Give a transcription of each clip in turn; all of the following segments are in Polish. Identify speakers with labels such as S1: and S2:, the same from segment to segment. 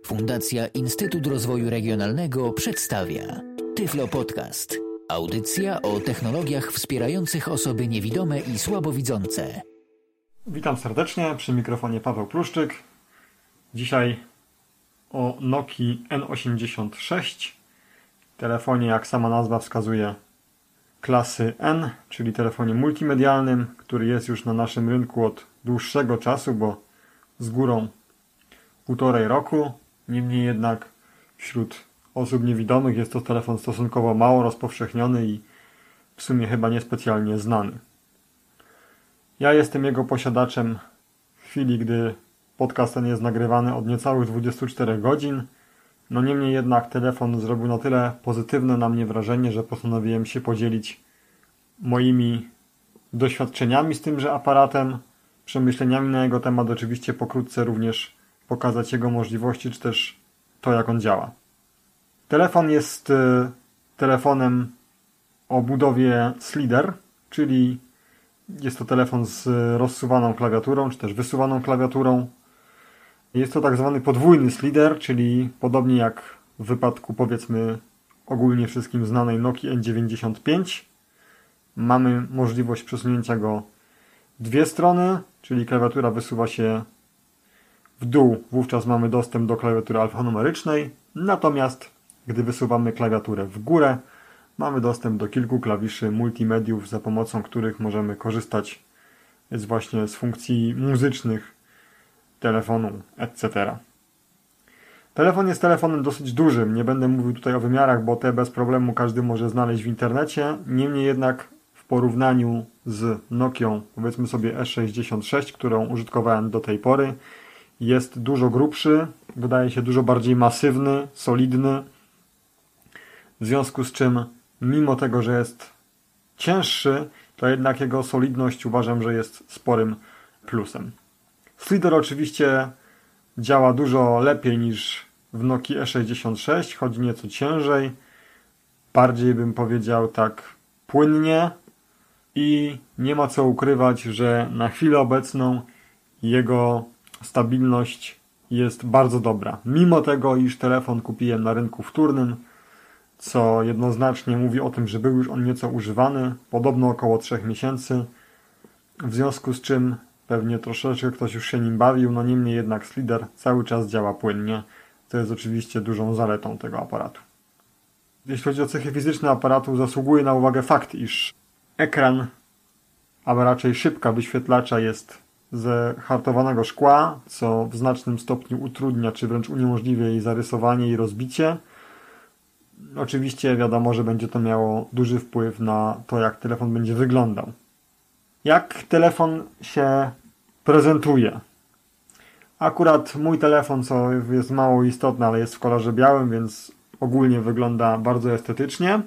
S1: Fundacja Instytut Rozwoju Regionalnego przedstawia Tyflo Podcast. Audycja o technologiach wspierających osoby niewidome i słabowidzące.
S2: Witam serdecznie, przy mikrofonie Paweł Pluszczyk. Dzisiaj o Nokii N86, telefonie, jak sama nazwa wskazuje, klasy N, czyli telefonie multimedialnym, który jest już na naszym rynku od dłuższego czasu, bo z górą 1,5 roku. Niemniej jednak wśród osób niewidomych jest to telefon stosunkowo mało rozpowszechniony i w sumie chyba niespecjalnie znany. Ja jestem jego posiadaczem w chwili, gdy podcast ten jest nagrywany od niecałych 24 godzin. Niemniej jednak telefon zrobił na tyle pozytywne na mnie wrażenie, że postanowiłem się podzielić moimi doświadczeniami z tymże aparatem, przemyśleniami na jego temat, oczywiście pokrótce również pokazać jego możliwości, czy też to, jak on działa. Telefon jest telefonem o budowie slider, czyli jest to telefon z rozsuwaną klawiaturą, czy też wysuwaną klawiaturą. Jest to tak zwany podwójny slider, czyli podobnie jak w wypadku, powiedzmy, ogólnie wszystkim znanej Nokii N95. Mamy możliwość przesunięcia go w dwie strony, czyli klawiatura wysuwa się w dół, wówczas mamy dostęp do klawiatury alfanumerycznej, natomiast gdy wysuwamy klawiaturę w górę, mamy dostęp do kilku klawiszy multimediów, za pomocą których możemy korzystać właśnie z funkcji muzycznych telefonu, etc. Telefon jest telefonem dosyć dużym, nie będę mówił tutaj o wymiarach, bo te bez problemu każdy może znaleźć w internecie, niemniej jednak w porównaniu z Nokią, powiedzmy sobie E66, którą użytkowałem do tej pory, jest dużo grubszy, wydaje się dużo bardziej masywny, solidny, w związku z czym mimo tego, że jest cięższy, to jednak jego solidność uważam, że jest sporym plusem. Slider oczywiście działa dużo lepiej niż w Nokii E66, chodzi nieco ciężej, bardziej bym powiedział tak płynnie i nie ma co ukrywać, że na chwilę obecną jego stabilność jest bardzo dobra. Mimo tego, iż telefon kupiłem na rynku wtórnym, co jednoznacznie mówi o tym, że był już on nieco używany, podobno około 3 miesięcy, w związku z czym pewnie troszeczkę ktoś już się nim bawił, niemniej jednak slider cały czas działa płynnie, co jest oczywiście dużą zaletą tego aparatu. Jeśli chodzi o cechy fizyczne aparatu, zasługuje na uwagę fakt, iż ekran, a raczej szybka wyświetlacza jest ze hartowanego szkła, co w znacznym stopniu utrudnia, czy wręcz uniemożliwia jej zarysowanie i rozbicie. Oczywiście wiadomo, że będzie to miało duży wpływ na to, jak telefon będzie wyglądał. Jak telefon się prezentuje? Akurat mój telefon, co jest mało istotne, ale jest w kolorze białym, więc ogólnie wygląda bardzo estetycznie.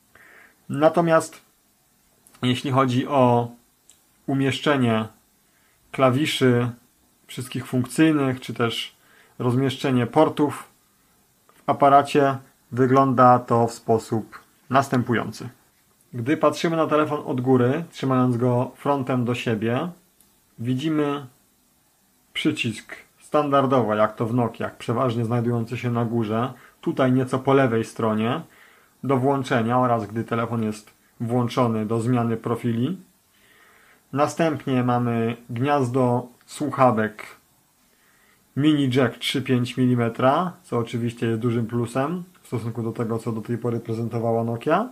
S2: Natomiast jeśli chodzi o umieszczenie klawiszy wszystkich funkcyjnych, czy też rozmieszczenie portów w aparacie, wygląda to w sposób następujący. Gdy patrzymy na telefon od góry, trzymając go frontem do siebie, widzimy przycisk standardowo, jak to w Nokiach, przeważnie znajdujący się na górze, tutaj nieco po lewej stronie, do włączenia oraz gdy telefon jest włączony, do zmiany profili. Następnie mamy gniazdo słuchawek mini jack 3,5 mm, co oczywiście jest dużym plusem w stosunku do tego, co do tej pory prezentowała Nokia.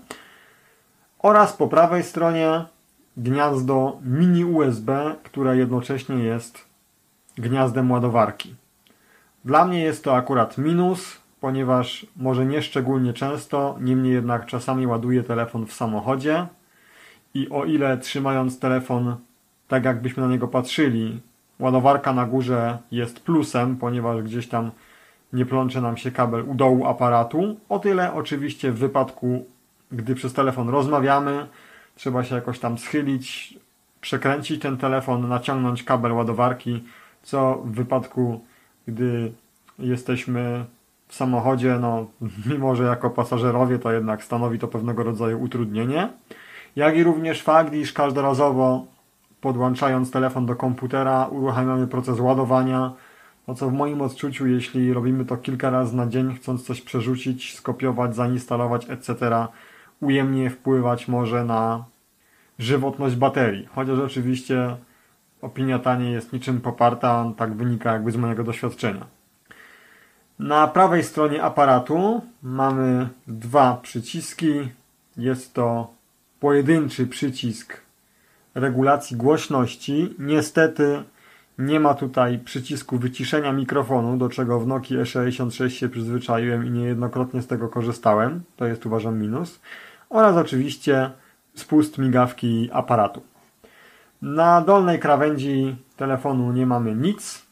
S2: Oraz po prawej stronie gniazdo mini USB, które jednocześnie jest gniazdem ładowarki. Dla mnie jest to akurat minus, ponieważ może nie szczególnie często, niemniej jednak czasami ładuję telefon w samochodzie i o ile trzymając telefon tak jakbyśmy na niego patrzyli, ładowarka na górze jest plusem, ponieważ gdzieś tam nie plącze nam się kabel u dołu aparatu, o tyle oczywiście w wypadku, gdy przez telefon rozmawiamy, trzeba się jakoś tam schylić, przekręcić ten telefon, naciągnąć kabel ładowarki, co w wypadku, gdy jesteśmy w samochodzie, mimo że jako pasażerowie, to jednak stanowi to pewnego rodzaju utrudnienie. Jak i również fakt, iż każdorazowo podłączając telefon do komputera uruchamiamy proces ładowania, no co w moim odczuciu, jeśli robimy to kilka razy na dzień, chcąc coś przerzucić, skopiować, zainstalować, etc., ujemnie wpływać może na żywotność baterii. Chociaż oczywiście opinia ta nie jest niczym poparta, tak wynika jakby z mojego doświadczenia. Na prawej stronie aparatu mamy dwa przyciski. Jest to pojedynczy przycisk regulacji głośności. Niestety nie ma tutaj przycisku wyciszenia mikrofonu, do czego w Nokii E66 się przyzwyczaiłem i niejednokrotnie z tego korzystałem. To jest, uważam, minus. Oraz oczywiście spust migawki aparatu. Na dolnej krawędzi telefonu nie mamy nic.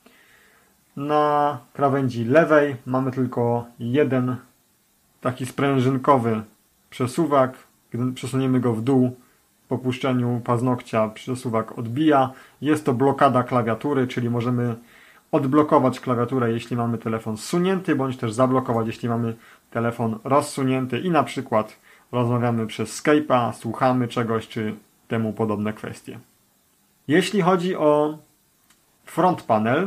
S2: Na krawędzi lewej mamy tylko jeden taki sprężynkowy przesuwak. Gdy przesuniemy go w dół, po puszczeniu paznokcia przesuwak odbija. Jest to blokada klawiatury, czyli możemy odblokować klawiaturę, jeśli mamy telefon zsunięty, bądź też zablokować, jeśli mamy telefon rozsunięty i na przykład rozmawiamy przez Skype'a, słuchamy czegoś, czy temu podobne kwestie. Jeśli chodzi o front panel,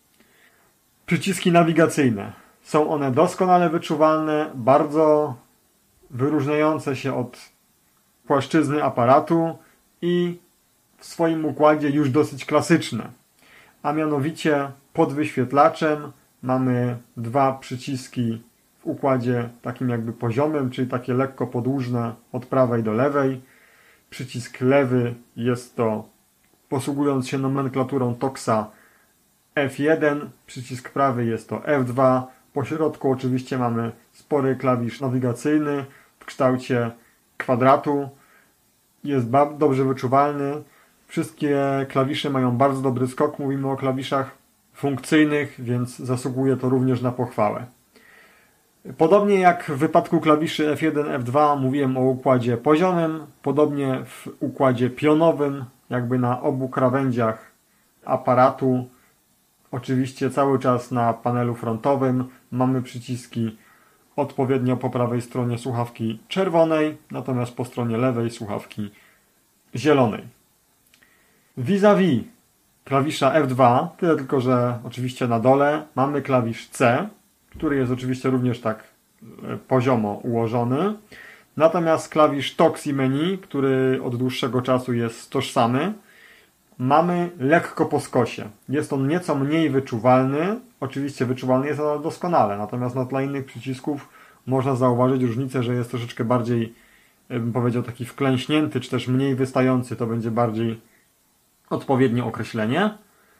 S2: przyciski nawigacyjne. Są one doskonale wyczuwalne, bardzo wyróżniające się od płaszczyzny aparatu i w swoim układzie już dosyć klasyczne. A mianowicie pod wyświetlaczem mamy dwa przyciski w układzie takim jakby poziomym, czyli takie lekko podłużne od prawej do lewej. Przycisk lewy jest to, posługując się nomenklaturą Toxa, F1, przycisk prawy jest to F2. Po środku oczywiście mamy spory klawisz nawigacyjny w kształcie kwadratu. Jest dobrze wyczuwalny. Wszystkie klawisze mają bardzo dobry skok. Mówimy o klawiszach funkcyjnych, więc zasługuje to również na pochwałę. Podobnie jak w wypadku klawiszy F1, F2 mówiłem o układzie poziomym. Podobnie w układzie pionowym, jakby na obu krawędziach aparatu. Oczywiście cały czas na panelu frontowym mamy przyciski odpowiednio po prawej stronie słuchawki czerwonej, natomiast po stronie lewej słuchawki zielonej. Vis-a-vis klawisza F2, tyle tylko, że oczywiście na dole mamy klawisz C, który jest oczywiście również tak poziomo ułożony. Natomiast klawisz Toxi Menu, który od dłuższego czasu jest tożsamy, mamy lekko po skosie. Jest on nieco mniej wyczuwalny. Oczywiście wyczuwalny jest on doskonale, natomiast na tle innych przycisków można zauważyć różnicę, że jest troszeczkę bardziej, bym powiedział, taki wklęśnięty, czy też mniej wystający. To będzie bardziej odpowiednie określenie.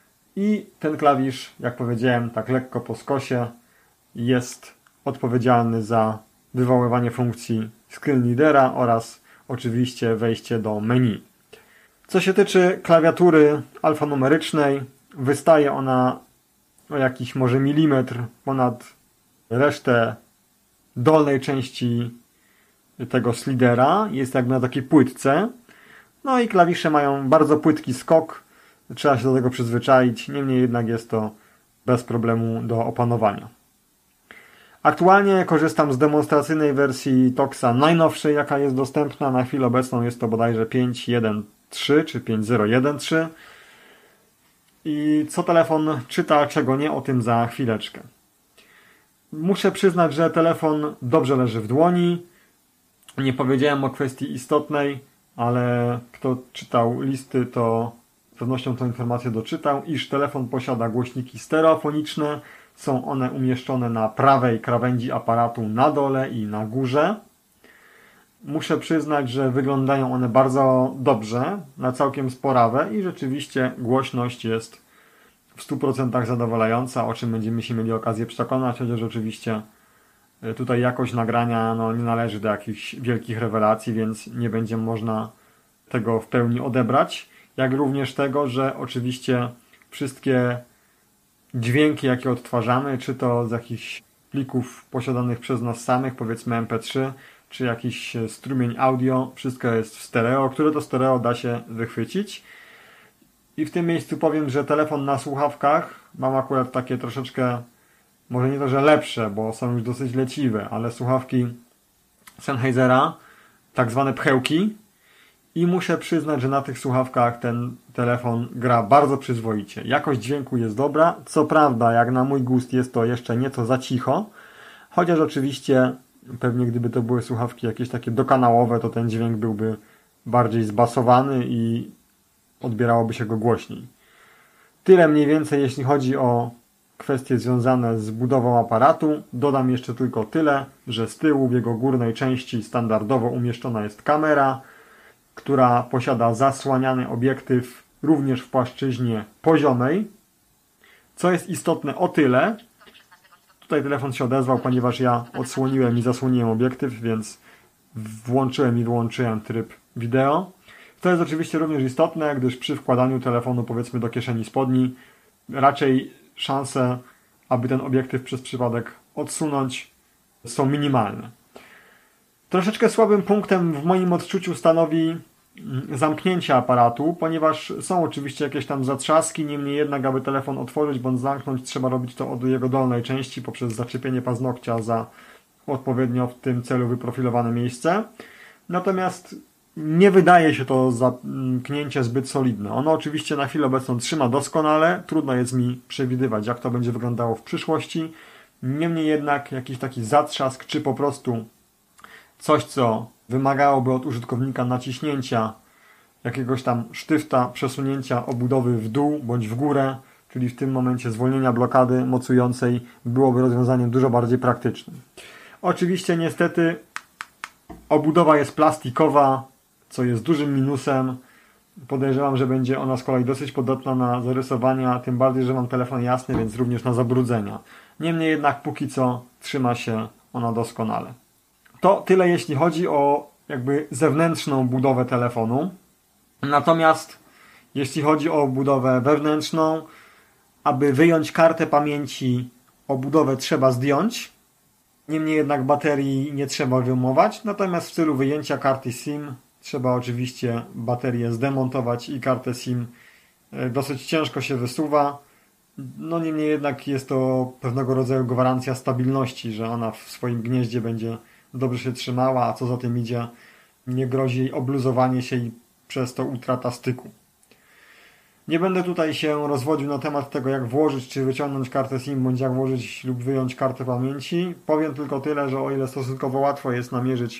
S2: I ten klawisz, jak powiedziałem, tak lekko po skosie jest odpowiedzialny za wywoływanie funkcji screen readera oraz oczywiście wejście do menu. Co się tyczy klawiatury alfanumerycznej, wystaje ona o jakiś może milimetr ponad resztę dolnej części tego slidera. Jest jakby na takiej płytce. No i klawisze mają bardzo płytki skok. Trzeba się do tego przyzwyczaić. Niemniej jednak jest to bez problemu do opanowania. Aktualnie korzystam z demonstracyjnej wersji Toxa najnowszej, jaka jest dostępna. Na chwilę obecną jest to bodajże 5.1.3 czy 5.0.1.3. I co telefon czyta, czego nie, o tym za chwileczkę. Muszę przyznać, że telefon dobrze leży w dłoni. Nie powiedziałem o kwestii istotnej, ale kto czytał listy, to z pewnością tę informację doczytał, iż telefon posiada głośniki stereofoniczne. Są one umieszczone na prawej krawędzi aparatu na dole i na górze. Muszę przyznać, że wyglądają one bardzo dobrze, na całkiem sporawe i rzeczywiście głośność jest w 100% zadowalająca, o czym będziemy się mieli okazję przekonać, chociaż oczywiście tutaj jakość nagrania nie należy do jakichś wielkich rewelacji, więc nie będzie można tego w pełni odebrać, jak również tego, że oczywiście wszystkie dźwięki, jakie odtwarzamy, czy to z jakichś plików posiadanych przez nas samych, powiedzmy MP3, czy jakiś strumień audio, wszystko jest w stereo, które to stereo da się wychwycić. I w tym miejscu powiem, że telefon na słuchawkach mam akurat takie troszeczkę, może nie to, że lepsze, bo są już dosyć leciwe, ale słuchawki Sennheisera, tak zwane pchełki. i muszę przyznać, że na tych słuchawkach ten telefon gra bardzo przyzwoicie. Jakość dźwięku jest dobra, co prawda jak na mój gust jest to jeszcze nieco za cicho, chociaż oczywiście pewnie gdyby to były słuchawki jakieś takie dokanałowe, to ten dźwięk byłby bardziej zbasowany i odbierałoby się go głośniej. Tyle mniej więcej jeśli chodzi o kwestie związane z budową aparatu. Dodam jeszcze tylko tyle, że z tyłu w jego górnej części standardowo umieszczona jest kamera, która posiada zasłaniany obiektyw również w płaszczyźnie poziomej. Co jest istotne o tyle, tutaj telefon się odezwał, ponieważ ja odsłoniłem i zasłoniłem obiektyw, więc włączyłem i wyłączyłem tryb wideo. To jest oczywiście również istotne, gdyż przy wkładaniu telefonu powiedzmy do kieszeni spodni raczej szanse, aby ten obiektyw przez przypadek odsunąć, są minimalne. Troszeczkę słabym punktem w moim odczuciu stanowi zamknięcie aparatu, ponieważ są oczywiście jakieś tam zatrzaski, niemniej jednak, aby telefon otworzyć bądź zamknąć, trzeba robić to od jego dolnej części poprzez zaczepienie paznokcia za odpowiednio w tym celu wyprofilowane miejsce. Natomiast nie wydaje się to zamknięcie zbyt solidne. Ono oczywiście na chwilę obecną trzyma doskonale, trudno jest mi przewidywać, jak to będzie wyglądało w przyszłości. Niemniej jednak jakiś taki zatrzask, czy po prostu coś, co wymagałoby od użytkownika naciśnięcia jakiegoś tam sztywta, przesunięcia obudowy w dół bądź w górę, czyli w tym momencie zwolnienia blokady mocującej, byłoby rozwiązaniem dużo bardziej praktycznym. Oczywiście niestety obudowa jest plastikowa, co jest dużym minusem. Podejrzewam, że będzie ona z kolei dosyć podatna na zarysowania, tym bardziej, że mam telefon jasny, więc również na zabrudzenia. Niemniej jednak póki co trzyma się ona doskonale. To tyle jeśli chodzi o jakby zewnętrzną budowę telefonu. Natomiast jeśli chodzi o budowę wewnętrzną, aby wyjąć kartę pamięci, obudowę trzeba zdjąć. Niemniej jednak baterii nie trzeba wyjmować. Natomiast w celu wyjęcia karty SIM trzeba oczywiście baterię zdemontować i kartę SIM dosyć ciężko się wysuwa. No niemniej jednak jest to pewnego rodzaju gwarancja stabilności, że ona w swoim gnieździe będzie dobrze się trzymała, a co za tym idzie, nie grozi jej obluzowanie się i przez to utrata styku. Nie będę tutaj się rozwodził na temat tego, jak włożyć czy wyciągnąć kartę SIM, bądź jak włożyć lub wyjąć kartę pamięci. Powiem tylko tyle, że o ile stosunkowo łatwo jest namierzyć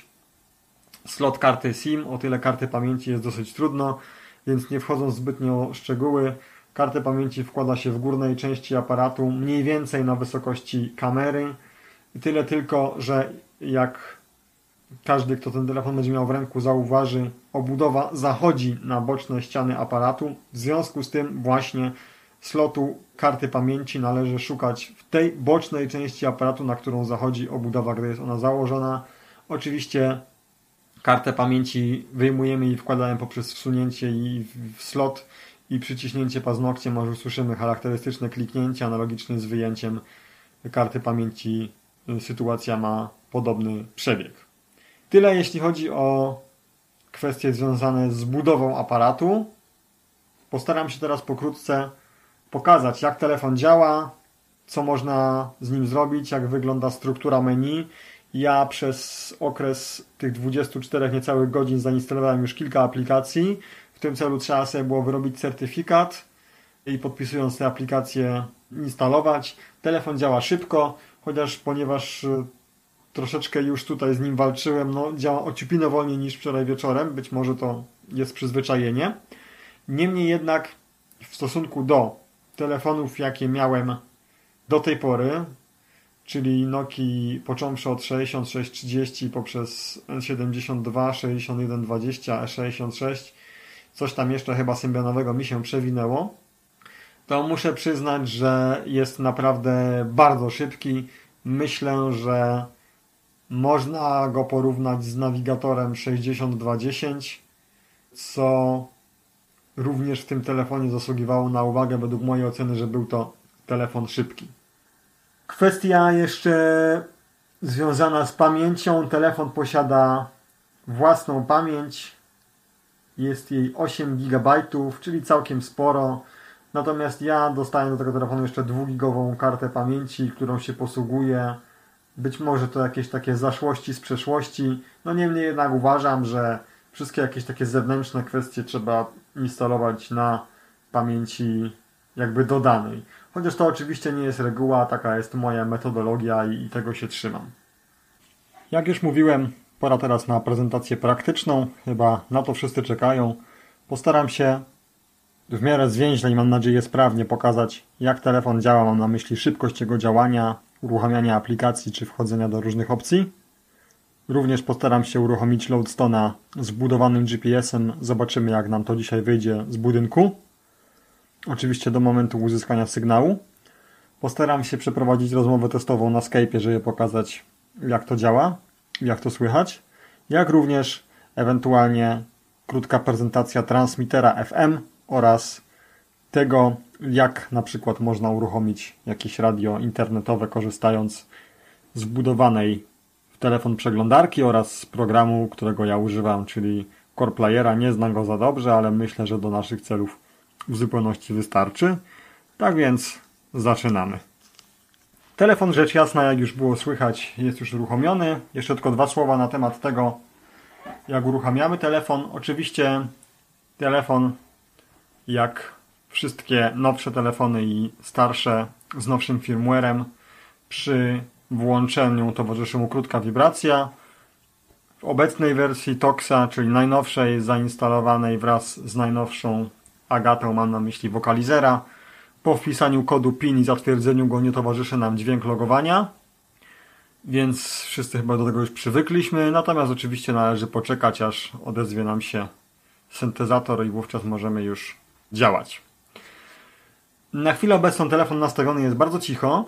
S2: slot karty SIM, o tyle karty pamięci jest dosyć trudno, więc nie wchodząc zbytnio w szczegóły, kartę pamięci wkłada się w górnej części aparatu, mniej więcej na wysokości kamery. I tyle tylko, że jak każdy, kto ten telefon będzie miał w ręku, zauważy, obudowa zachodzi na boczne ściany aparatu. W związku z tym właśnie slotu karty pamięci należy szukać w tej bocznej części aparatu, na którą zachodzi obudowa, gdy jest ona założona. Oczywiście kartę pamięci wyjmujemy i wkładamy poprzez wsunięcie jej w slot i przyciśnięcie paznokciem, aż usłyszymy charakterystyczne kliknięcie, analogicznie z wyjęciem karty pamięci. Sytuacja ma podobny przebieg. Tyle jeśli chodzi o kwestie związane z budową aparatu. Postaram się teraz pokrótce pokazać, jak telefon działa, co można z nim zrobić, jak wygląda struktura menu. Ja przez okres tych 24 niecałych godzin zainstalowałem już kilka aplikacji. W tym celu trzeba sobie było wyrobić certyfikat i podpisując te aplikacje instalować. Telefon działa szybko, ponieważ troszeczkę już tutaj z nim walczyłem, działa ociupinę wolniej niż wczoraj wieczorem, być może to jest przyzwyczajenie. Niemniej jednak w stosunku do telefonów, jakie miałem do tej pory, czyli Nokii począwszy od 6630 poprzez N72, 6120, E66, coś tam jeszcze chyba symbionowego mi się przewinęło, to muszę przyznać, że jest naprawdę bardzo szybki. Myślę, że można go porównać z nawigatorem 6210, co również w tym telefonie zasługiwało na uwagę według mojej oceny, że był to telefon szybki. Kwestia jeszcze związana z pamięcią. Telefon posiada własną pamięć. Jest jej 8 GB, czyli całkiem sporo. Natomiast ja dostałem do tego telefonu jeszcze 2-gigową kartę pamięci, którą się posługuję. Być może to jakieś takie zaszłości z przeszłości. Niemniej jednak uważam, że w wszystkie jakieś takie zewnętrzne kwestie trzeba instalować na pamięci jakby dodanej. Chociaż to oczywiście nie jest reguła, taka jest moja metodologia i tego się trzymam. Jak już mówiłem, pora teraz na prezentację praktyczną. Chyba na to wszyscy czekają. Postaram się w miarę zwięźle i mam nadzieję sprawnie pokazać, jak telefon działa. Mam na myśli szybkość jego działania, uruchamiania aplikacji czy wchodzenia do różnych opcji. Również postaram się uruchomić Loadstone'a z wbudowanym GPS-em. Zobaczymy, jak nam to dzisiaj wyjdzie z budynku. Oczywiście do momentu uzyskania sygnału. Postaram się przeprowadzić rozmowę testową na Skype'ie, żeby pokazać, jak to działa, jak to słychać. Jak również ewentualnie krótka prezentacja transmitera FM oraz tego, jak na przykład można uruchomić jakieś radio internetowe, korzystając z wbudowanej w telefon przeglądarki oraz z programu, którego ja używam, czyli Core Playera. Nie znam go za dobrze, ale myślę, że do naszych celów w zupełności wystarczy. Tak więc zaczynamy. Telefon, rzecz jasna, jak już było słychać, jest już uruchomiony. Jeszcze tylko 2 słowa na temat tego, jak uruchamiamy telefon. Oczywiście telefon, jak wszystkie nowsze telefony i starsze z nowszym firmware'em, przy włączeniu towarzyszy mu krótka wibracja. W obecnej wersji Toxa, czyli najnowszej, zainstalowanej wraz z najnowszą Agatą, mam na myśli wokalizera, po wpisaniu kodu PIN i zatwierdzeniu go nie towarzyszy nam dźwięk logowania, więc wszyscy chyba do tego już przywykliśmy, natomiast oczywiście należy poczekać, aż odezwie nam się syntezator i wówczas możemy już działać. Na chwilę obecną telefon nastawiony jest bardzo cicho.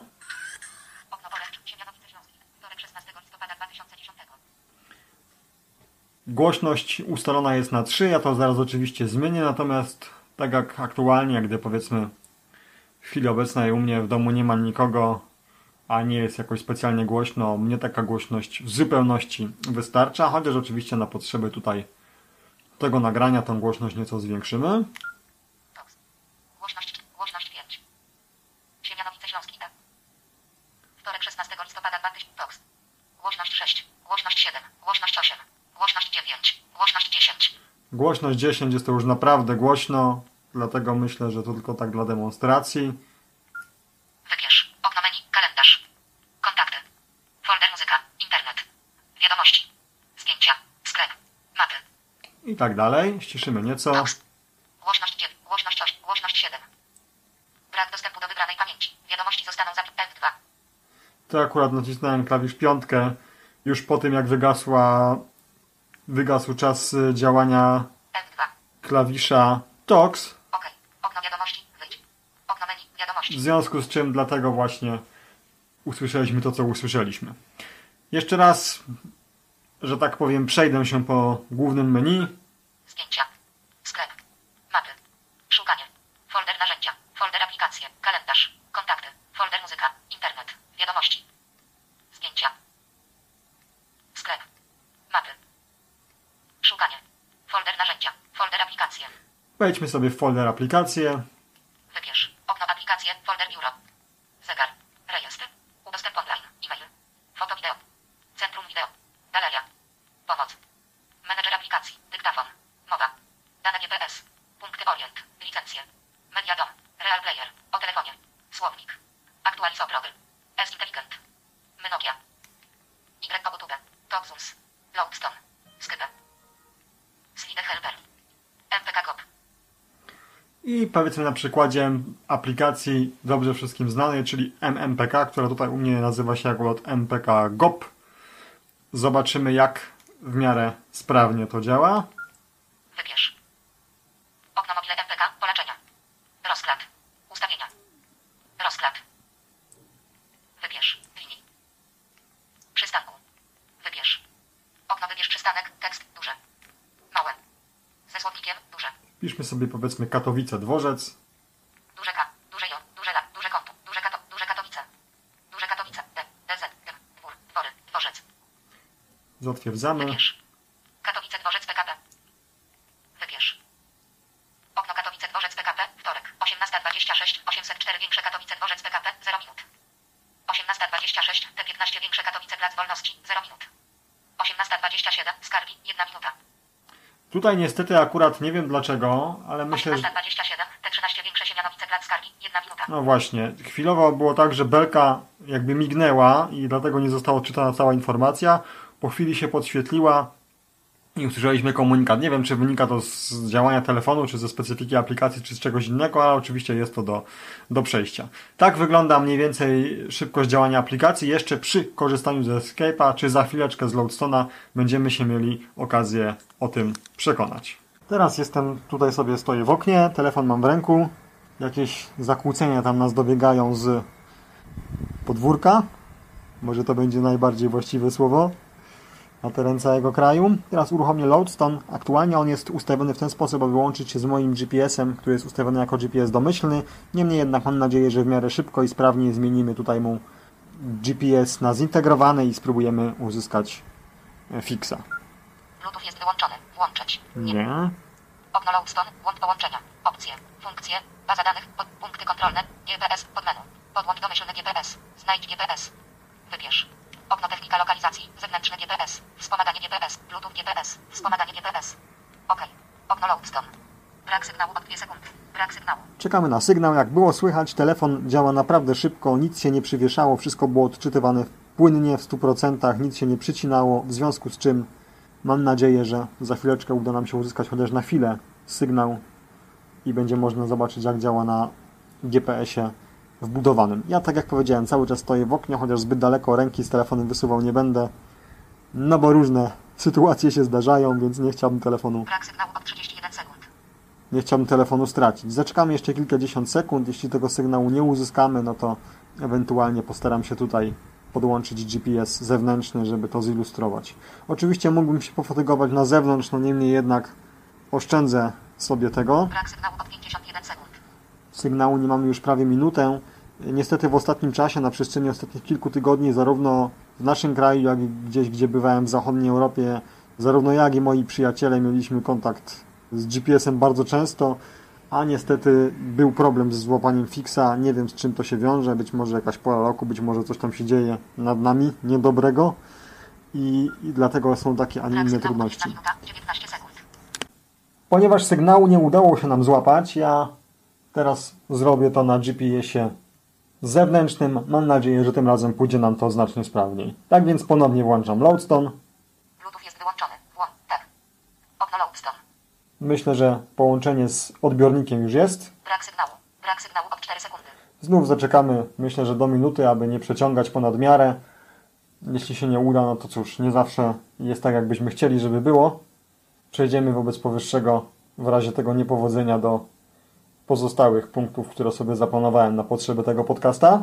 S2: Głośność ustalona jest na 3, ja to zaraz oczywiście zmienię, natomiast tak jak aktualnie, gdy powiedzmy w chwili obecnej u mnie w domu nie ma nikogo, a nie jest jakoś specjalnie głośno, mnie taka głośność w zupełności wystarcza, chociaż oczywiście na potrzeby tutaj tego nagrania tą głośność nieco zwiększymy.
S3: Głośność 5. Siemianowice Śląski. Wtorek 16 listopada 2000. Toks. Głośność 6. Głośność 7. Głośność 8. Głośność 9. Głośność 10.
S2: Głośność 10 jest to już naprawdę głośno, dlatego myślę, że to tylko tak dla demonstracji.
S3: Wybierz. Okno menu. Kalendarz. Kontakty. Folder muzyka. Internet. Wiadomości. Zdjęcia. Sklep. Mapy.
S2: I tak dalej. Ściszymy nieco.
S3: Toks. Głośność 9. Głośność 8. Głośność 7. Brak dostępu do wybranej pamięci. Wiadomości zostaną zapite F2.
S2: To akurat nacisnąłem klawisz 5 już po tym, jak wygasł czas działania
S3: F2.
S2: klawisza TOX.
S3: OK. Okno wiadomości. Wyjdź. Okno menu. Wiadomości.
S2: W związku z czym dlatego właśnie usłyszeliśmy to, co usłyszeliśmy. Jeszcze raz, że tak powiem, przejdę się po głównym menu.
S3: Zdjęcia. Sklep. Mapy. Szukanie. Folder narzędzia. Folder aplikacje. Kalendarz. Kontakty. Folder muzyka. Internet. Wiadomości. Zdjęcia. Sklep. Mapy. Szukanie. Folder narzędzia. Folder aplikacje.
S2: Wejdźmy sobie w folder aplikacje.
S3: Wybierz. Okno aplikacje. Folder biuro. Zegar. Rejestr. Udostęp online. E-mail. Foto wideo. Centrum wideo. Galeria. Pomoc. Menedżer aplikacji. Dyktafon. Mowa. Dane GPS. Punkty orient. Licencje. Media dom. Real player. O telefonie. Słownik. Aktualiz obrody. S Intelligent. Mynokia. Y Obutube. Toxus. Loadstone. Skype. Slide Helper. MPK GOP.
S2: I powiedzmy na przykładzie aplikacji dobrze wszystkim znanej, czyli MMPK, która tutaj u mnie nazywa się akurat MPK GOP. Zobaczymy, jak w miarę sprawnie to działa.
S3: Wybierz. Okno mobile MPK. Połączenia. Rozkład. Ustawienia. Rozkład. Wybierz. Linii. Przystanku. Wybierz. Okno wybierz przystanek. Tekst duże. Małe. Ze słownikiem duże.
S2: Piszmy sobie powiedzmy Katowice Dworzec.
S3: Duże K. Duże J. Duże L. Duże Konto. Duże Katowice. Duże Katowice. D. DZ. M. Dwór. Dwory. Dworzec.
S2: Zatwierdzamy.
S3: Wybierz. Katowice Dworzec PKP. Wybierz. Okno Katowice Dworzec PKP. Wtorek. 18:26. 804 Większe Katowice Dworzec PKP. 0 minut. 18:26. T15 Większe Katowice Plac Wolności. 0 minut. 18:27. Skargi. 1 minuta.
S2: Tutaj niestety akurat nie wiem dlaczego, ale myślę, że...
S3: 27, T13 większe Siemianowice plan skargi, 1 minuta.
S2: No właśnie, chwilowo było tak, że belka jakby mignęła i dlatego nie została odczytana cała informacja. Po chwili się podświetliła i usłyszeliśmy komunikat. Nie wiem, czy wynika to z działania telefonu, czy ze specyfiki aplikacji, czy z czegoś innego, ale oczywiście jest to do przejścia. Tak wygląda mniej więcej szybkość działania aplikacji jeszcze przy korzystaniu ze Escape'a, czy za chwileczkę z Loadstone'a będziemy się mieli okazję o tym przekonać. Teraz tutaj sobie stoję w oknie, telefon mam w ręku. Jakieś zakłócenia tam nas dobiegają z podwórka. Może to będzie najbardziej właściwe słowo na teren całego kraju. Teraz uruchomię Loadstone. Aktualnie on jest ustawiony w ten sposób, aby łączyć się z moim GPS-em, który jest ustawiony jako GPS domyślny. Niemniej jednak mam nadzieję, że w miarę szybko i sprawnie zmienimy tutaj mu GPS na zintegrowany i spróbujemy uzyskać fixa.
S3: Bluetooth jest wyłączony. Włączyć.
S2: Nie.
S3: Okno Loadstone. Łącz połączenia. Opcje. Funkcje. Baza danych. Punkty kontrolne. GPS. Podmenu. Podłącz domyślny GPS. Znajdź GPS. Wybierz. Okno technika lokalizacji. Zewnętrzny GPS. Wspomaganie GPS. Bluetooth GPS. Wspomaganie GPS. OK. Okno Loadstone. Brak sygnału od 2 sekundy. Brak sygnału.
S2: Czekamy na sygnał. Jak było słychać, telefon działa naprawdę szybko. Nic się nie przywieszało. Wszystko było odczytywane płynnie w 100%. Nic się nie przycinało. W związku z czym mam nadzieję, że za chwileczkę uda nam się uzyskać chociaż na chwilę sygnał i będzie można zobaczyć, jak działa na GPS-ie wbudowanym. Ja, tak jak powiedziałem, cały czas stoję w oknie, chociaż zbyt daleko ręki z telefonem wysuwał nie będę, no bo różne sytuacje się zdarzają, więc nie chciałbym telefonu...
S3: Brak sygnału od 31 sekund.
S2: Nie chciałbym telefonu stracić. Zaczekamy jeszcze kilkadziesiąt sekund. Jeśli tego sygnału nie uzyskamy, no to ewentualnie postaram się tutaj podłączyć GPS zewnętrzny, żeby to zilustrować. Oczywiście mógłbym się pofatygować na zewnątrz, no niemniej jednak oszczędzę sobie tego.
S3: Brak sygnału od 51 sekund.
S2: Sygnału nie mamy już prawie minutę. Niestety w ostatnim czasie, na przestrzeni ostatnich kilku tygodni, zarówno w naszym kraju, jak i gdzieś, gdzie bywałem w zachodniej Europie, zarówno jak i moi przyjaciele mieliśmy kontakt z GPS-em bardzo często, a niestety był problem z złapaniem fixa. Nie wiem, z czym to się wiąże. Być może jakaś pora roku, być może coś tam się dzieje nad nami niedobrego i dlatego są takie, a nie inne trudności.
S3: 19 sekund.
S2: Ponieważ sygnału nie udało się nam złapać, ja teraz zrobię to na GPS-ie zewnętrznym. Mam nadzieję, że tym razem pójdzie nam to znacznie sprawniej. Tak więc ponownie włączam Loadstone.
S3: Bluetooth jest wyłączony. Tak. Okno Loadstone.
S2: Myślę, że połączenie z odbiornikiem już jest.
S3: Brak sygnału. Brak sygnału od 4 sekundy.
S2: Znów zaczekamy, myślę, że do minuty, aby nie przeciągać ponad miarę. Jeśli się nie uda, no to cóż, nie zawsze jest tak, jakbyśmy chcieli, żeby było. Przejdziemy wobec powyższego w razie tego niepowodzenia do pozostałych punktów, które sobie zaplanowałem na potrzeby tego podcasta.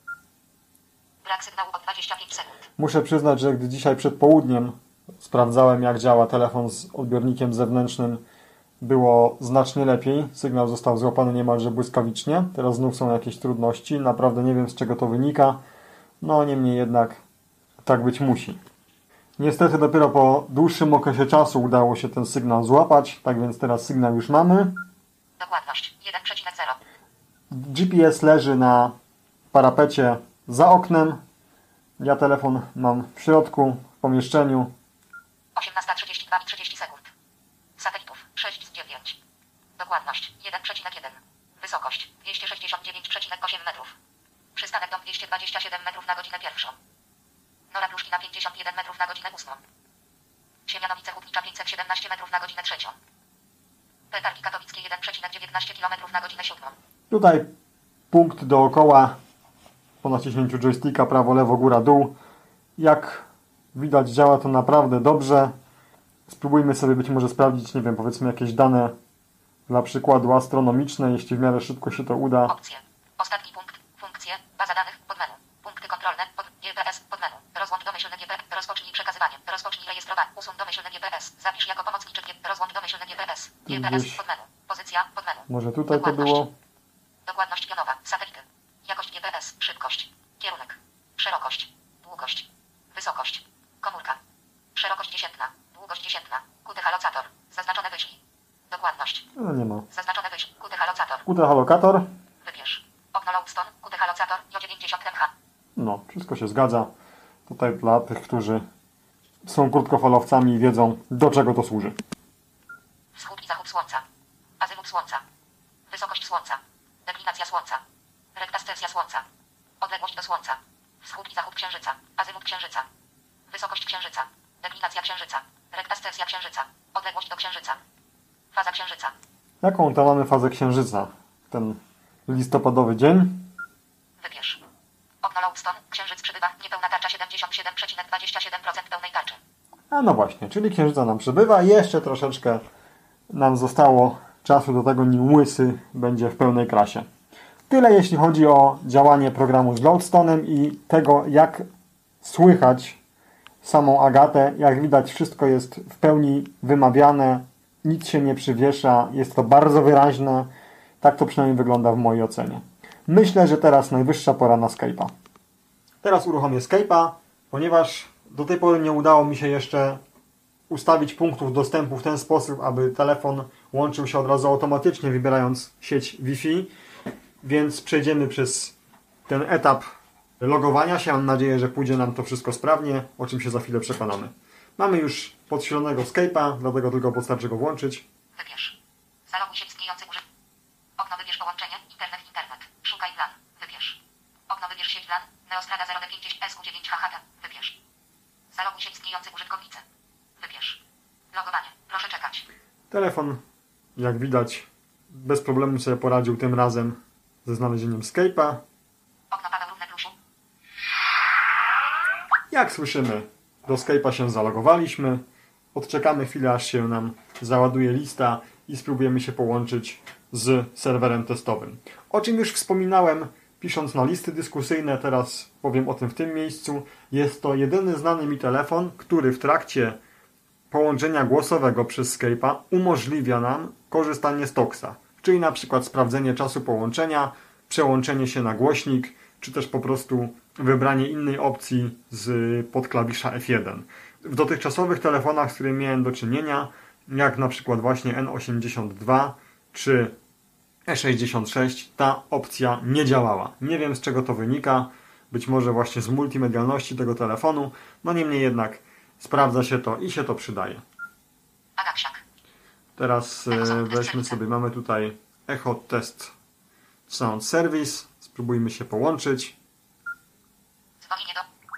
S3: Brak sygnału od 25 sekund.
S2: Muszę przyznać, że gdy dzisiaj przed południem sprawdzałem, jak działa telefon z odbiornikiem zewnętrznym, było znacznie lepiej. Sygnał został złapany niemalże błyskawicznie. Teraz znów są jakieś trudności. Naprawdę nie wiem, z czego to wynika. No, niemniej jednak tak być musi. Niestety dopiero po dłuższym okresie czasu udało się ten sygnał złapać. Tak więc teraz sygnał już mamy.
S3: Dokładność 1,0.
S2: GPS leży na parapecie za oknem. Ja telefon mam w środku, w pomieszczeniu.
S3: 18:32 i 30 sekund. Satelitów 6 z 9. Dokładność 1,1. Wysokość 269,8 metrów. Przystanek dom 227 metrów na godzinę pierwszą. Nora Pluszkina 51 metrów na godzinę ósmą. Siemianowice Hutnicza 517 metrów na godzinę trzecią. Petarki Katowickie 1,19 km na godzinę siódmą.
S2: Tutaj punkt dookoła po naciśnięciu joysticka prawo, lewo, góra, dół. Jak widać, działa to naprawdę dobrze. Spróbujmy sobie być może sprawdzić, nie wiem, powiedzmy jakieś dane dla przykładu astronomiczne, jeśli w miarę szybko się to uda.
S3: Opcje. Ostatni punkt. Funkcje. Baza danych. Podmenu. Punkty kontrolne. GPS. Podmenu. Rozłącz domyślne GPS. Rozpocznij przekazywanie. Rozpocznij rejestrowanie. Usuń domyślne GPS. Zapisz jako pomocniczy rozłącz domyślne GPS. GPS. Podmenu. Pozycja. Podmenu.
S2: Może tutaj to było?
S3: Dokładność pionowa. Satelity. Jakość GPS. Szybkość. Kierunek. Szerokość. Długość. Wysokość. Komórka. Szerokość dziesiętna. Długość dziesiętna. QT-halocator. Zaznaczone wyślij. Dokładność.
S2: No nie ma.
S3: Zaznaczone wyślij. QT-halocator.
S2: QT-halokator.
S3: Wybierz. Okno Loadstone. QT-halocator. Jo90MH.
S2: No, wszystko się zgadza. Tutaj dla tych, którzy są krótkofalowcami i wiedzą, do czego to służy.
S3: Wschód i zachód słońca. Azymut słońca. Wysokość słońca. Deklinacja słońca. Rektascensja słońca. Odległość do słońca. Wschód i zachód księżyca. Azymut księżyca. Wysokość księżyca. Deklinacja księżyca. Rektascensja księżyca. Odległość do księżyca. Faza księżyca.
S2: Jaką to mamy fazę księżyca? Ten listopadowy dzień?
S3: Wybierz. Okno Lodestone. Księżyc przybywa. Niepełna tarcza 77,27% pełnej tarczy.
S2: A no właśnie, czyli księżyca nam przybywa. Jeszcze troszeczkę nam zostało czasu do tego, nim łysy będzie w pełnej krasie. Tyle jeśli chodzi o działanie programu z Lodestone'em i tego, jak słychać samą Agatę. Jak widać, wszystko jest w pełni wymawiane, nic się nie przywiesza, jest to bardzo wyraźne. Tak to przynajmniej wygląda w mojej ocenie. Myślę, że teraz najwyższa pora na Skype'a. Teraz uruchomię Skype'a, ponieważ do tej pory nie udało mi się jeszcze ustawić punktów dostępu w ten sposób, aby telefon łączył się od razu automatycznie, wybierając sieć Wi-Fi. Więc przejdziemy przez ten etap logowania się. Mam nadzieję, że pójdzie nam to wszystko sprawnie, o czym się za chwilę przekonamy. Mamy już podświetlonego Skype'a, dlatego tylko postarczy go włączyć.
S3: Wybierz. Zaloguj się istniejący użytkownik. Okno wybierz połączenie. Internet. Szukaj plan. Wybierz. Okno wybierz sieć plan. Neostrada 0D50 SQ9HHT. Wybierz. Zaloguj się istniejący użytkownicy. Wybierz. Logowanie. Proszę czekać.
S2: Telefon, jak widać, bez problemu sobie poradził tym razem ze znalezieniem Skype'a.
S3: Okno Paweł równe plusiu.
S2: Jak słyszymy, do Skype'a się zalogowaliśmy. Odczekamy chwilę, aż się nam załaduje lista i spróbujemy się połączyć z serwerem testowym. O czym już wspominałem, pisząc na listy dyskusyjne, teraz powiem o tym w tym miejscu. Jest to jedyny znany mi telefon, który w trakcie połączenia głosowego przez Skype'a umożliwia nam korzystanie z Toxa. Czyli na przykład sprawdzenie czasu połączenia, przełączenie się na głośnik, czy też po prostu wybranie innej opcji z podklawisza F1. W dotychczasowych telefonach, z którymi miałem do czynienia, jak na przykład właśnie N82 czy E66, ta opcja nie działała. Nie wiem, z czego to wynika, być może właśnie z multimedialności tego telefonu, no niemniej jednak sprawdza się to i się to przydaje.
S3: Agaksiak.
S2: Teraz weźmy sobie, mamy tutaj Echo Test Sound Service, spróbujmy się połączyć.
S3: Dzwonienie do...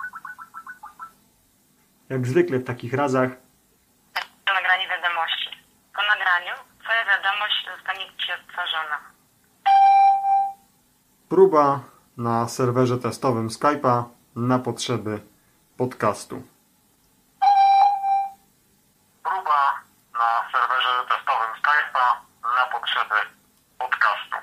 S2: Jak zwykle w takich razach
S4: Nagranie wiadomości. Po nagraniu twoja wiadomość zostanie ci odtworzona.
S2: próba na serwerze testowym Skype'a na potrzeby podcastu.
S5: Próba na serwerze testowym Skype'a na potrzeby podcastu.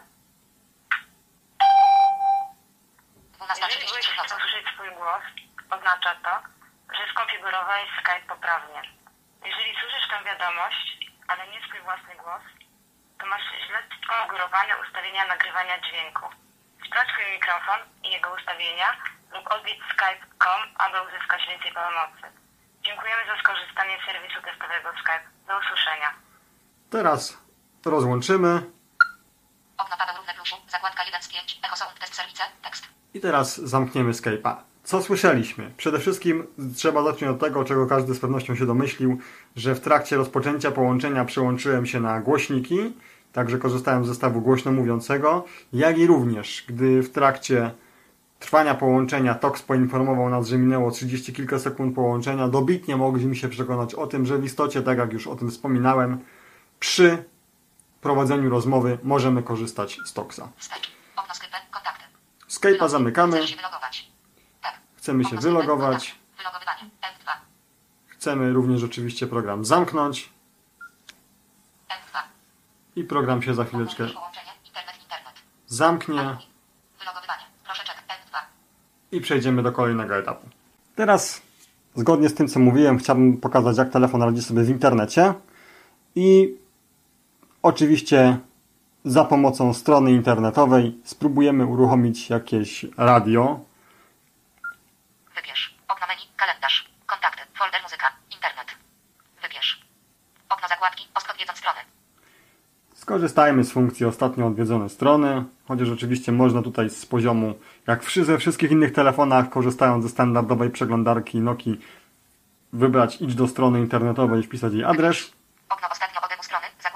S4: Jeżeli byłeś w stanie usłyszeć swój głos, oznacza to, że skonfigurowałeś Skype poprawnie. Jeżeli słyszysz tę wiadomość, ale nie swój własny głos, to masz źle skonfigurowane ustawienia nagrywania dźwięku. Sprawdź swój mikrofon i jego ustawienia lub odwiedź skype.com, aby uzyskać więcej pomocy. Dziękujemy za skorzystanie z serwisu testowego Skype. Do usłyszenia.
S2: Teraz rozłączymy
S3: Okno Paweł równe plusiu. Zakładka 1 z 5. Echo Sound Test Service. Tekst.
S2: i teraz zamkniemy Skype'a. Co słyszeliśmy? Przede wszystkim trzeba zacząć od tego, czego każdy z pewnością się domyślił, że w trakcie rozpoczęcia połączenia przełączyłem się na głośniki, także korzystałem z zestawu głośno mówiącego, jak i również, gdy w trakcie trwania połączenia Tox poinformował nas, że minęło 30 kilka sekund połączenia, dobitnie mogliśmy się przekonać o tym, że w istocie, tak jak już o tym wspominałem, przy prowadzeniu rozmowy możemy korzystać z Toxa.
S3: Wstecz. Okno Skype. Kontakty.
S2: Skype'a zamykamy,
S3: Chcesz się wylogować? Tak.
S2: chcemy się
S3: Okno Skype.
S2: wylogować,
S3: Kontakt. Wylogowywanie. F2.
S2: chcemy również oczywiście program zamknąć
S3: F2.
S2: i program się za
S3: Okno
S2: chwileczkę
S3: wybierz połączenie. Internet.
S2: zamknie
S3: Wylogowywanie. Proszę czekać. F2.
S2: i przejdziemy do kolejnego etapu. Teraz, zgodnie z tym, co mówiłem, chciałbym pokazać, jak telefon radzi sobie w internecie i oczywiście za pomocą strony internetowej spróbujemy uruchomić jakieś radio.
S3: Wybierz. Okno menu. Kalendarz. Kontakty. Folder muzyka. Internet. Wybierz. Okno zakładki. Odwiedząc stronę.
S2: Skorzystajmy z funkcji ostatnio odwiedzone strony, chociaż oczywiście można tutaj z poziomu, jak we wszystkich innych telefonach, korzystając ze standardowej przeglądarki Nokii, wybrać idź do strony internetowej i wpisać jej adres.
S3: Okno ostatnio obiegu strony.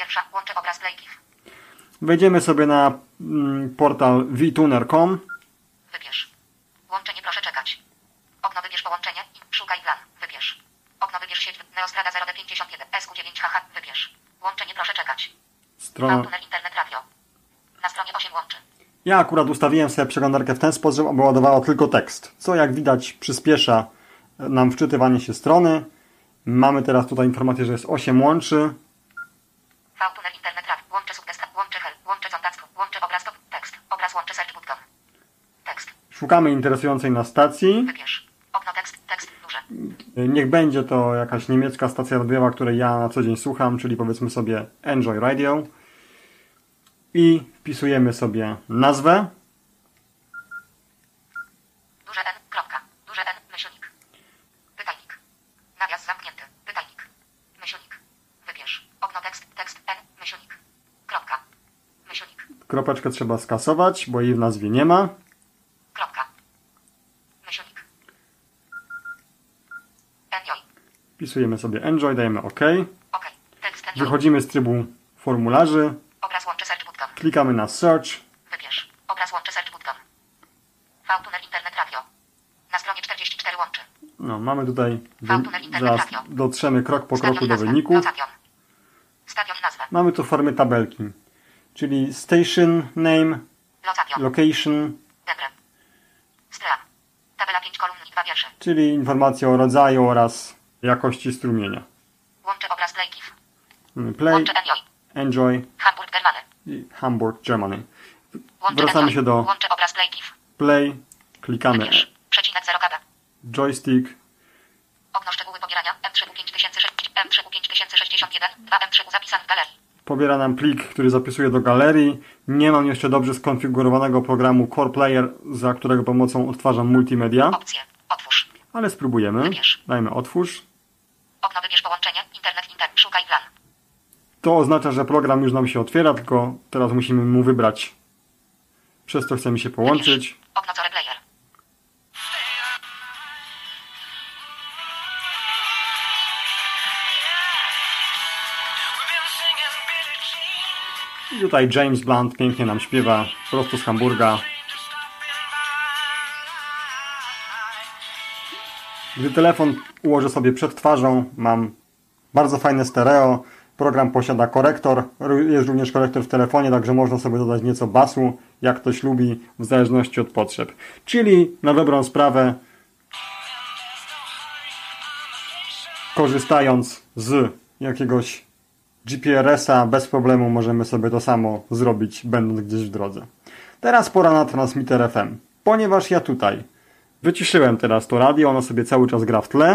S3: Pierwsza. Łącze obraz play GIF.
S2: Wejdziemy sobie na portal vtuner.com.
S3: Wybierz. Łączenie proszę czekać. Okno wybierz połączenie. Szukaj plan. Wybierz. Okno wybierz sieć. Neostrada 0D51. SQ9HH. Wybierz. Łączenie proszę czekać.
S2: Strona.
S3: Tunel Internet Radio. Na stronie 8 łączy.
S2: Ja akurat ustawiłem sobie przeglądarkę w ten sposób, aby ładowała tylko tekst, co jak widać przyspiesza nam wczytywanie się strony. Mamy teraz tutaj informację, że jest 8 łączy.
S3: Tunel Internet Radio. Łącze subtest. Łącze hel. Łącze zontactwo. Łącze obraz to tekst. Obraz łącze search button. Tekst.
S2: Szukamy interesującej nas stacji.
S3: Wybierz. Okno tekst. Tekst duże.
S2: Niech będzie to jakaś niemiecka stacja radiowa, której ja na co dzień słucham, czyli powiedzmy sobie Enjoy Radio. I wpisujemy sobie nazwę.
S3: Duże N. Kropka. Duże N. Myślnik. Pytajnik. Nawias zamknięty. Pytajnik. Myślnik. Wybierz. Okno tekst. Tekst N. Myślnik. Kropka. Myślnik.
S2: Kropeczkę trzeba skasować, bo jej w nazwie nie ma.
S3: Kropka. Myślnik. Enjoy.
S2: Wpisujemy sobie Enjoy, dajemy OK.
S3: OK. Tekst enjoy.
S2: Wychodzimy z trybu formularzy.
S3: Obraz łączy search button.
S2: Klikamy na Search.
S3: Wybierz. Obraz łączy search button. Tunel Internet Radio. Na stronie 44 łączy.
S2: No, mamy tutaj,
S3: Tunel Internet
S2: zaraz
S3: Radio.
S2: dotrzemy krok po kroku
S3: Stadion
S2: do
S3: nazwa.
S2: wyników.
S3: Stadion. Stadion nazwa.
S2: Mamy tu formę tabelki, czyli Station Name,
S3: Location.
S2: Location,
S3: Debre. Stran. Tabela 5 kolumn i 2 wiersze.
S2: czyli informacje o rodzaju oraz jakości strumienia.
S3: Łączy obraz play GIF.
S2: Play,
S3: Łączy enjoy.
S2: Enjoy
S3: Hamburg Germany.
S2: i Hamburg, Germany.
S3: Łączy
S2: Wracamy
S3: enjoy.
S2: się do
S3: Łączy obraz play GIF.
S2: Play, klikamy
S3: Wybierz. Przecinek 0 KB.
S2: joystick,
S3: Okno szczegóły pobierania M3U5061 2M3U zapisany w galerii.
S2: pobiera nam plik, który zapisuje do galerii. Nie mam jeszcze dobrze skonfigurowanego programu Core Player, za którego pomocą odtwarzam multimedia,
S3: Opcje. Otwórz.
S2: ale spróbujemy.
S3: Wybierz.
S2: Dajmy otwórz.
S3: Okno wybierz połączenie. Internet. Szukaj plan.
S2: To oznacza, że program już nam się otwiera, tylko teraz musimy mu wybrać, przez co chcemy się połączyć.
S3: Wybierz. Okno Core Player.
S2: I tutaj James Blunt pięknie nam śpiewa, prosto z Hamburga. Gdy telefon ułożę sobie przed twarzą, mam bardzo fajne stereo. Program posiada korektor, jest również korektor w telefonie, także można sobie dodać nieco basu, jak ktoś lubi, w zależności od potrzeb. Czyli na dobrą sprawę, korzystając z jakiegoś GPRS-a, bez problemu możemy sobie to samo zrobić, będąc gdzieś w drodze. Teraz pora na transmitter FM. Ponieważ ja tutaj wyciszyłem teraz to radio, ono sobie cały czas gra w tle.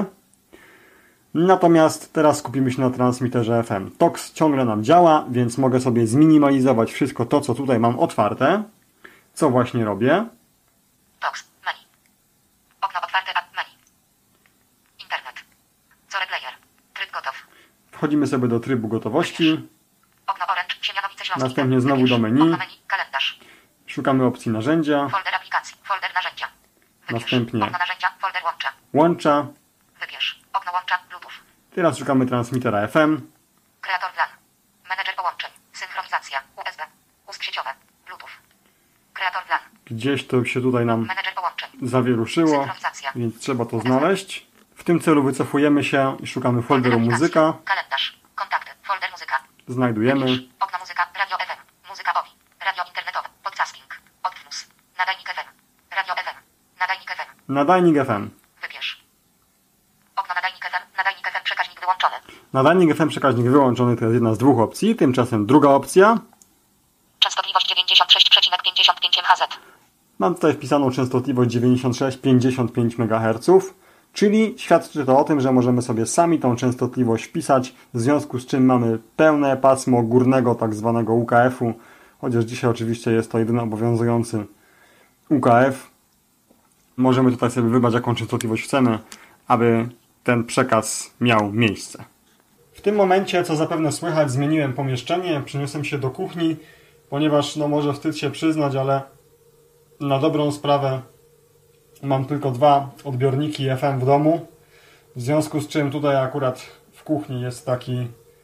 S2: Natomiast teraz skupimy się na transmitterze FM. TOX ciągle nam działa, więc mogę sobie zminimalizować wszystko to, co tutaj mam otwarte. Co właśnie robię?
S3: TOX. Menu. Okno otwarte. Menu. Internet. Core Player. Tryb gotow.
S2: Wchodzimy sobie do trybu gotowości.
S3: Okno Orange. Siemianowice Śląskie.
S2: Następnie znowu
S3: Wybierz.
S2: do menu.
S3: Okno menu. Kalendarz.
S2: Szukamy opcji narzędzia.
S3: Folder aplikacji. Folder narzędzia. Wybierz.
S2: Następnie
S3: Okno narzędzia. Folder łącza.
S2: łącza.
S3: Wybierz. Okno łącza. Bluetooth.
S2: Teraz szukamy transmittera FM.
S3: Kreator plan. Menedżer połączeń. Synchronizacja. USB. Ust sieciowe. Bluetooth. Kreator plan.
S2: Gdzieś to się tutaj nam
S3: Menedżer połączeń.
S2: zawieruszyło,
S3: Synchronizacja.
S2: więc trzeba to znaleźć. W tym celu wycofujemy się i szukamy folderu
S3: aplikacji.
S2: muzyka.
S3: Kalendarz. Kontakty. Folder muzyka.
S2: Znajdujemy.
S3: Wybierz. Okno muzyka. Radio FM. Muzyka OWI. Radio internetowe. Podcasting. Optimus. Nadajnik FM. Radio FM. Nadajnik FM.
S2: Nadajnik FM.
S3: Wybierz. Okno nadajnik FM. Nadajnik FM. Przekaźnik wyłączony.
S2: Nadajnik FM, przekaźnik wyłączony, to jest jedna z dwóch opcji. Tymczasem druga opcja.
S3: Częstotliwość 96,55 MHz.
S2: Mam tutaj wpisaną częstotliwość 96,55 MHz, czyli świadczy to o tym, że możemy sobie sami tą częstotliwość wpisać, w związku z czym mamy pełne pasmo górnego tak zwanego UKF-u, chociaż dzisiaj oczywiście jest to jedyny obowiązujący UKF. Możemy tutaj sobie wybrać, jaką częstotliwość chcemy, aby ten przekaz miał miejsce. W tym momencie, co zapewne słychać, zmieniłem pomieszczenie, przeniosłem się do kuchni, ponieważ, no może wstyd się przyznać, ale na dobrą sprawę mam tylko 2 odbiorniki FM w domu, w związku z czym tutaj akurat w kuchni jest taki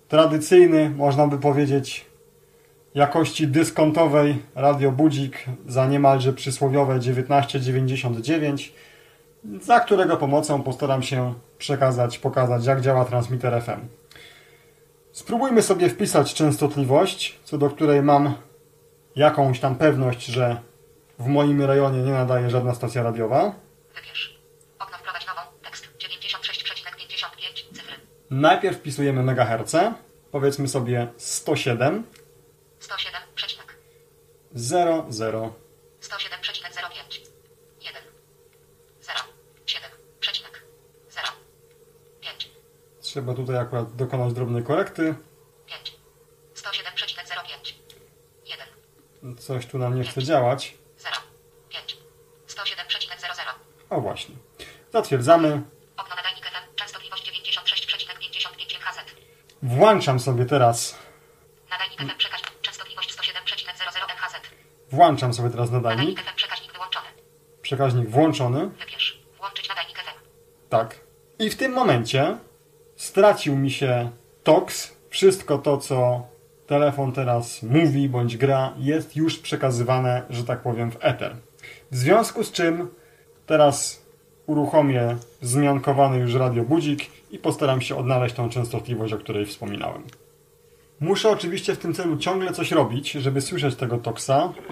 S2: tradycyjny, można by powiedzieć, jakości dyskontowej Radio Budzik za niemalże przysłowiowe 19,99, za którego pomocą postaram się pokazać jak działa transmitter FM. Spróbujmy sobie wpisać częstotliwość, co do której mam jakąś tam pewność, że w moim rejonie nie nadaje żadna stacja radiowa.
S3: Wybierz. Okno wprowadź nową. Tekst 96,55 cyfry.
S2: Najpierw wpisujemy megaherce. Powiedzmy sobie 107.
S3: 107, przecinek.
S2: 0, 0.
S3: 107,05. 1. 0. 7. Przecinek. 0. 5.
S2: Trzeba tutaj akurat dokonać drobnej korekty.
S3: 5. 107,05. 1.
S2: Coś tu nam nie chce działać.
S3: 0. 5. 107,00.
S2: O właśnie. Zatwierdzamy.
S3: Okno nadajnik FM. Częstotliwość 96,55 MHz.
S2: Włączam sobie teraz.
S3: Nadajnik FM przekaźnik. Częstotliwość 107,00 MHz.
S2: Włączam sobie teraz nadajnik.
S3: Nadajnik FM przekaźnik wyłączony.
S2: Przekaźnik włączony.
S3: Wybierz. Włączyć nadajnik FM.
S2: Tak. I w tym momencie stracił mi się TOX. Wszystko to, co telefon teraz mówi bądź gra, jest już przekazywane, że tak powiem, w eter. W związku z czym teraz uruchomię wzmiankowany już Radio Budzik i postaram się odnaleźć tą częstotliwość, o której wspominałem. Muszę oczywiście w tym celu ciągle coś robić, żeby słyszeć tego TOXa.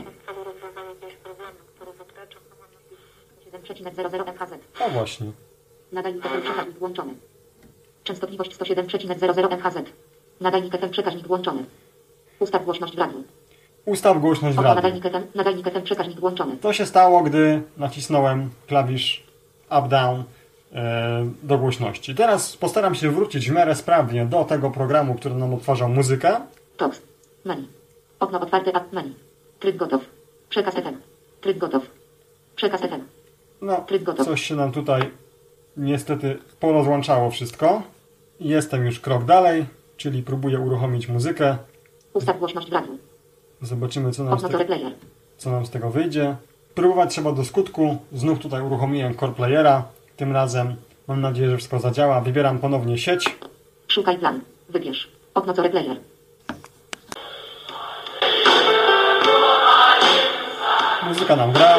S3: 7,00 MHz.
S2: O właśnie.
S3: Nadajnik FM przekaźnik włączony. Częstotliwość 107,00 MHz. Nadajnik FM przekaźnik włączony. Ustaw głośność w radiu.
S2: Ustaw głośność w
S3: Okno
S2: radiu.
S3: nadajnik FM przekaźnik włączony.
S2: To się stało, gdy nacisnąłem klawisz up-down do głośności. Teraz postaram się wrócić w miarę sprawnie do tego programu, który nam odtwarzał muzykę.
S3: TOX. Menu. Okno otwarte menu. Tryb gotów. Przekaz FM. Tryb gotów. Przekaz FM.
S2: No,
S3: Tryb gotów.
S2: coś się nam tutaj niestety porozłączało wszystko. Jestem już krok dalej, czyli próbuję uruchomić muzykę.
S3: Ustaw głośność w radiu.
S2: Zobaczymy,
S3: Okno to replayer.
S2: co nam z tego wyjdzie. Próbować trzeba do skutku. Znów tutaj uruchomiłem Core Playera. Tym razem mam nadzieję, że wszystko zadziała. Wybieram ponownie sieć.
S3: Szukaj plan. Wybierz. Okno to replayer.
S2: Muzyka nam gra.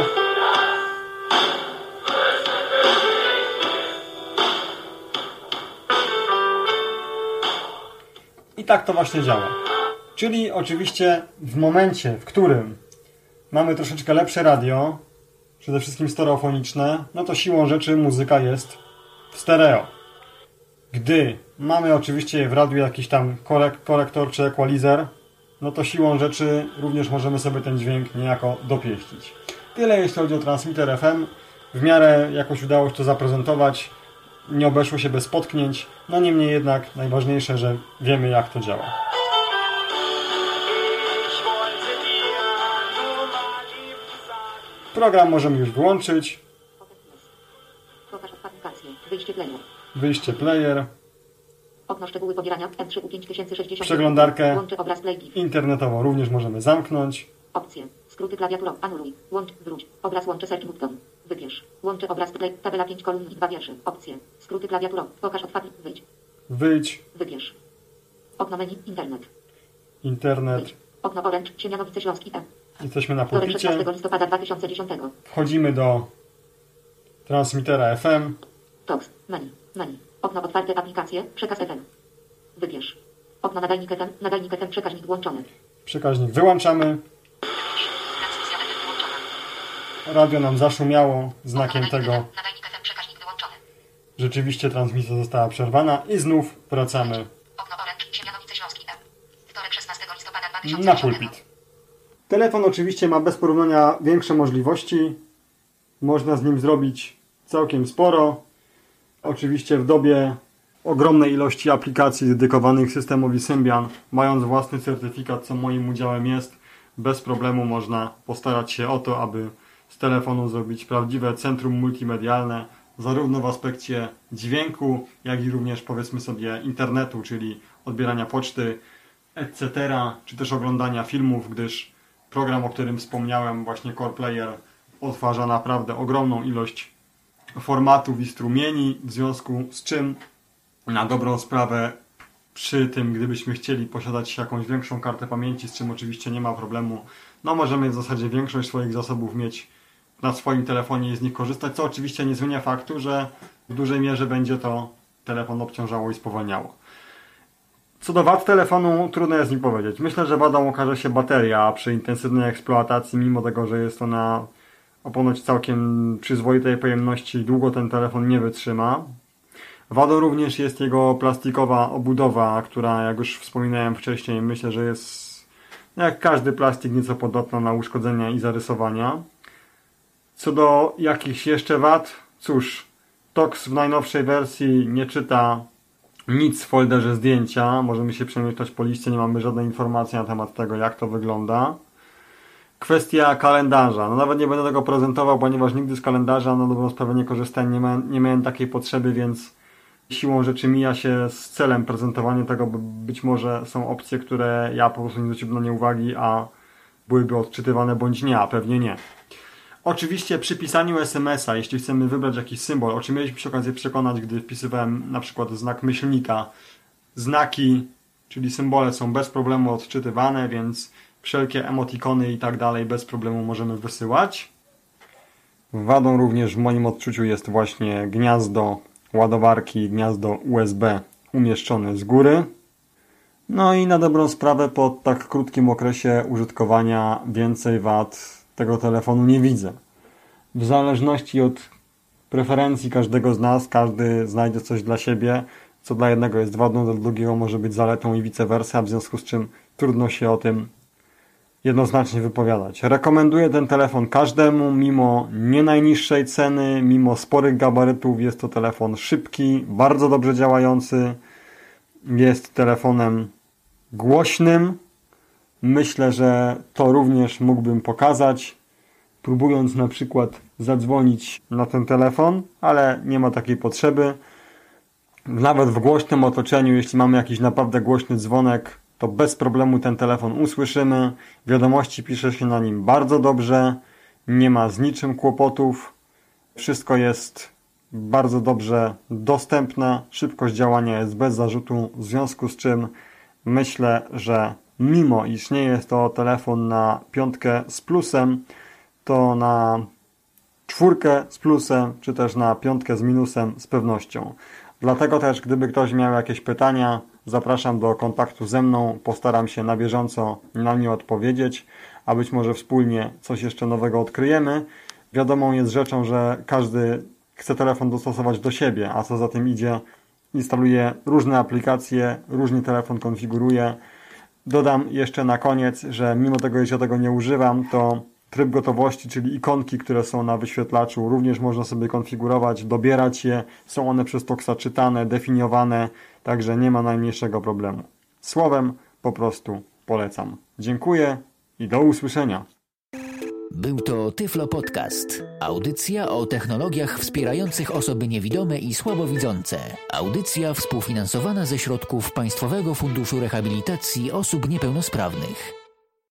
S2: I tak to właśnie działa. Czyli oczywiście w momencie, w którym mamy troszeczkę lepsze radio, przede wszystkim stereofoniczne, no to siłą rzeczy muzyka jest w stereo. Gdy mamy oczywiście w radiu jakiś tam korektor czy equalizer, no to siłą rzeczy również możemy sobie ten dźwięk niejako dopieścić. Tyle jeśli chodzi o transmitter FM. W miarę jakoś udało się to zaprezentować. Nie obeszło się bez potknięć. No niemniej jednak najważniejsze, że wiemy jak to działa. Program możemy już wyłączyć.
S3: Pokaż aplikację. Wyjście player.
S2: Wyjście player.
S3: Okno szczegóły pobierania M3 U5060.
S2: Przeglądarkę
S3: Łączy obraz play GIF.
S2: internetową również możemy zamknąć.
S3: Opcje. Skróty klawiaturą. Anuluj. Łącz. Wróć. Obraz łączy search button. Wybierz. Łączy obraz play. Tabela 5 kolumn i 2 wiersze. Opcje. Skróty klawiaturą. Pokaż otwarty. Wyjdź.
S2: Wyjdź.
S3: Wybierz. Okno menu. Internet.
S2: Internet.
S3: Wyjdź. Okno Orange. Siemianowice Śląski E.
S2: Jesteśmy na
S3: Wtorek
S2: pulpicie.
S3: 16 listopada 2010.
S2: Wchodzimy do transmitera FM.
S3: TOX. Menu. Menu. Okno otwarte aplikacje. Przekaz FM. Wybierz. Okno nadajnik FM. Nadajnik FM przekaźnik włączony.
S2: Przekaźnik wyłączamy.
S3: Transmisja FM wyłączona.
S2: Radio nam zaszumiało znakiem tego.
S3: Nadajnik FM przekaźnik wyłączony.
S2: Rzeczywiście transmisja została przerwana i znów wracamy
S3: Okno Orange. Siemianowice Śląski E. Wtorek 16 listopada
S2: na
S3: 2010.
S2: pulpit. Telefon oczywiście ma bez porównania większe możliwości. Można z nim zrobić całkiem sporo. Oczywiście w dobie ogromnej ilości aplikacji dedykowanych systemowi Symbian, mając własny certyfikat, co moim udziałem jest, bez problemu można postarać się o to, aby z telefonu zrobić prawdziwe centrum multimedialne, zarówno w aspekcie dźwięku, jak i również powiedzmy sobie internetu, czyli odbierania poczty, etc., czy też oglądania filmów, gdyż program, o którym wspomniałem, właśnie Core Player, odtwarza naprawdę ogromną ilość formatów i strumieni, w związku z czym na dobrą sprawę przy tym, gdybyśmy chcieli posiadać jakąś większą kartę pamięci, z czym oczywiście nie ma problemu, no możemy w zasadzie większość swoich zasobów mieć na swoim telefonie i z nich korzystać, co oczywiście nie zmienia faktu, że w dużej mierze będzie to telefon obciążało i spowalniało. Co do wad telefonu, trudno jest mi powiedzieć. Myślę, że wadą okaże się bateria przy intensywnej eksploatacji, mimo tego, że jest ona o ponoć całkiem przyzwoitej pojemności, długo ten telefon nie wytrzyma. Wadą również jest jego plastikowa obudowa, która, jak już wspominałem wcześniej, myślę, że jest jak każdy plastik nieco podatna na uszkodzenia i zarysowania. Co do jakichś jeszcze wad, cóż, TOX w najnowszej wersji nie czyta nic w folderze zdjęcia. Możemy się przemieszczać po liście, nie mamy żadnej informacji na temat tego, jak to wygląda. Kwestia kalendarza. No nawet nie będę tego prezentował, ponieważ nigdy z kalendarza na dobrą sprawę nie korzystałem, nie miałem takiej potrzeby, więc siłą rzeczy mija się z celem prezentowania tego, bo być może są opcje, które ja po prostu nie zwróciłem na nie uwagi, a byłyby odczytywane bądź nie, a pewnie nie. Oczywiście przy pisaniu SMS-a, jeśli chcemy wybrać jakiś symbol, o czym mieliśmy się okazję przekonać, gdy wpisywałem na przykład znak myślnika, znaki, czyli symbole są bez problemu odczytywane, więc wszelkie emotikony i tak dalej bez problemu możemy wysyłać. Wadą również w moim odczuciu jest właśnie gniazdo ładowarki, gniazdo USB umieszczone z góry. No i na dobrą sprawę po tak krótkim okresie użytkowania więcej wad tego telefonu nie widzę. W zależności od preferencji każdego z nas, każdy znajdzie coś dla siebie, co dla jednego jest wadą, dla drugiego może być zaletą i vice versa, w związku z czym trudno się o tym jednoznacznie wypowiadać. Rekomenduję ten telefon każdemu, mimo nie najniższej ceny, mimo sporych gabarytów. Jest to telefon szybki, bardzo dobrze działający. Jest telefonem głośnym. Myślę, że to również mógłbym pokazać, próbując na przykład zadzwonić na ten telefon, ale nie ma takiej potrzeby. Nawet w głośnym otoczeniu, jeśli mamy jakiś naprawdę głośny dzwonek, to bez problemu ten telefon usłyszymy. Wiadomości pisze się na nim bardzo dobrze, nie ma z niczym kłopotów. Wszystko jest bardzo dobrze dostępne, szybkość działania jest bez zarzutu, w związku z czym myślę, że mimo iż nie jest to telefon na 5 z plusem, to na 4 z plusem, czy też na 5 z minusem z pewnością. Dlatego też, gdyby ktoś miał jakieś pytania, zapraszam do kontaktu ze mną, postaram się na bieżąco na nie odpowiedzieć, a być może wspólnie coś jeszcze nowego odkryjemy. Wiadomą jest rzeczą, że każdy chce telefon dostosować do siebie, a co za tym idzie, instaluje różne aplikacje, różnie telefon konfiguruje. Dodam jeszcze na koniec, że mimo tego, że ja tego nie używam, to tryb gotowości, czyli ikonki, które są na wyświetlaczu, również można sobie konfigurować, dobierać je. Są one przez TOXa czytane, definiowane, także nie ma najmniejszego problemu. Słowem, po prostu polecam. Dziękuję i do usłyszenia.
S1: Był to Tyflo Podcast. Audycja o technologiach wspierających osoby niewidome i słabowidzące. Audycja współfinansowana ze środków Państwowego Funduszu Rehabilitacji Osób Niepełnosprawnych.